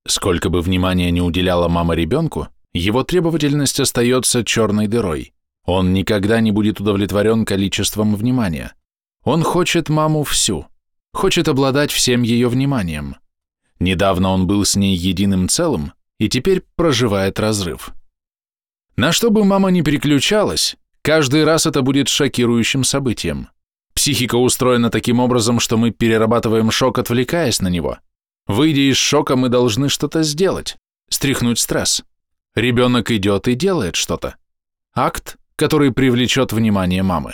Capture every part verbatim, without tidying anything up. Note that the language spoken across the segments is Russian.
Сколько бы внимания ни уделяла мама ребенку, его требовательность остается черной дырой. Он никогда не будет удовлетворен количеством внимания. Он хочет маму всю, хочет обладать всем ее вниманием. Недавно он был с ней единым целым и теперь проживает разрыв. На что бы мама ни переключалась, каждый раз это будет шокирующим событием. Психика устроена таким образом, что мы перерабатываем шок, отвлекаясь на него. Выйдя из шока, мы должны что-то сделать, стряхнуть стресс. Ребенок идет и делает что-то. Акт, который привлечет внимание мамы.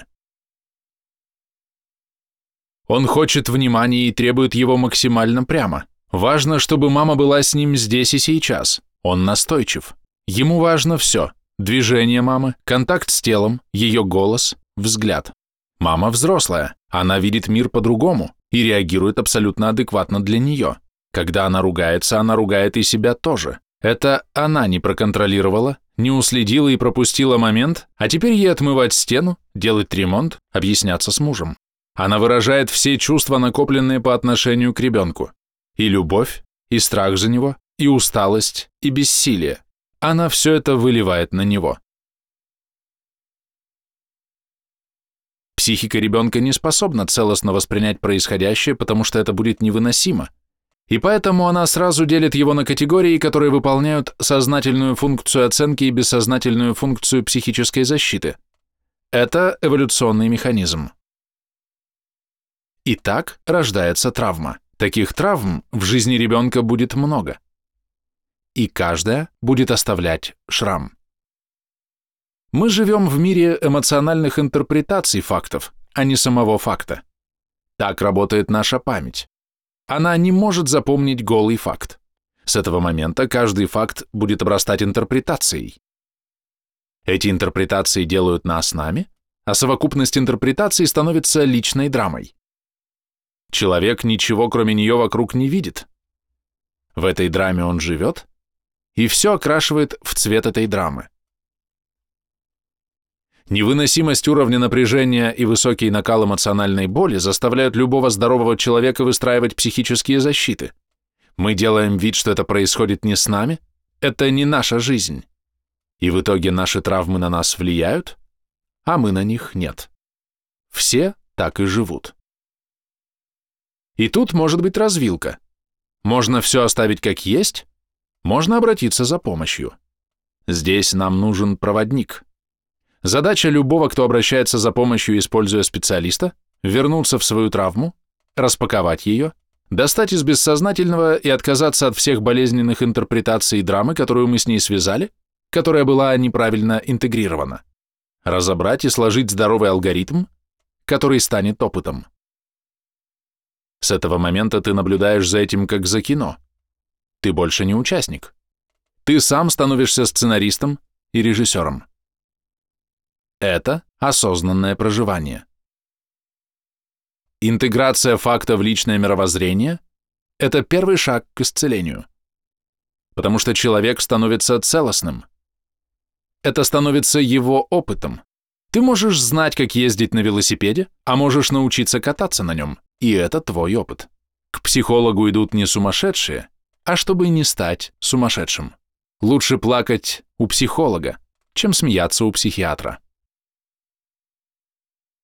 Он хочет внимания и требует его максимально прямо. Важно, чтобы мама была с ним здесь и сейчас. Он настойчив. Ему важно все. Движение мамы, контакт с телом, ее голос, взгляд. Мама взрослая, она видит мир по-другому и реагирует абсолютно адекватно для нее. Когда она ругается, она ругает и себя тоже. Это она не проконтролировала, не уследила и пропустила момент, а теперь ей отмывать стену, делать ремонт, объясняться с мужем. Она выражает все чувства, накопленные по отношению к ребенку. И любовь, и страх за него, и усталость, и бессилие. Она все это выливает на него. Психика ребенка не способна целостно воспринять происходящее, потому что это будет невыносимо. И поэтому она сразу делит его на категории, которые выполняют сознательную функцию оценки и бессознательную функцию психической защиты. Это эволюционный механизм. И так рождается травма. Таких травм в жизни ребенка будет много. И каждая будет оставлять шрам. Мы живем в мире эмоциональных интерпретаций фактов, а не самого факта. Так работает наша память. Она не может запомнить голый факт. С этого момента каждый факт будет обрастать интерпретацией. Эти интерпретации делают нас нами, а совокупность интерпретаций становится личной драмой. Человек ничего, кроме нее, вокруг не видит. В этой драме он живет, и все окрашивает в цвет этой драмы. Невыносимость уровня напряжения и высокий накал эмоциональной боли заставляют любого здорового человека выстраивать психические защиты. Мы делаем вид, что это происходит не с нами, это не наша жизнь. И в итоге наши травмы на нас влияют, а мы на них нет. Все так и живут. И тут может быть развилка. Можно все оставить как есть, можно обратиться за помощью. Здесь нам нужен проводник. Задача любого, кто обращается за помощью, используя специалиста, вернуться в свою травму, распаковать ее, достать из бессознательного и отказаться от всех болезненных интерпретаций драмы, которую мы с ней связали, которая была неправильно интегрирована, разобрать и сложить здоровый алгоритм, который станет опытом. С этого момента ты наблюдаешь за этим как за кино. Ты больше не участник. Ты сам становишься сценаристом и режиссером. Это осознанное проживание. Интеграция факта в личное мировоззрение – это первый шаг к исцелению, потому что человек становится целостным. Это становится его опытом. Ты можешь знать, как ездить на велосипеде, а можешь научиться кататься на нем, и это твой опыт. К психологу идут не сумасшедшие, а чтобы не стать сумасшедшим. Лучше плакать у психолога, чем смеяться у психиатра.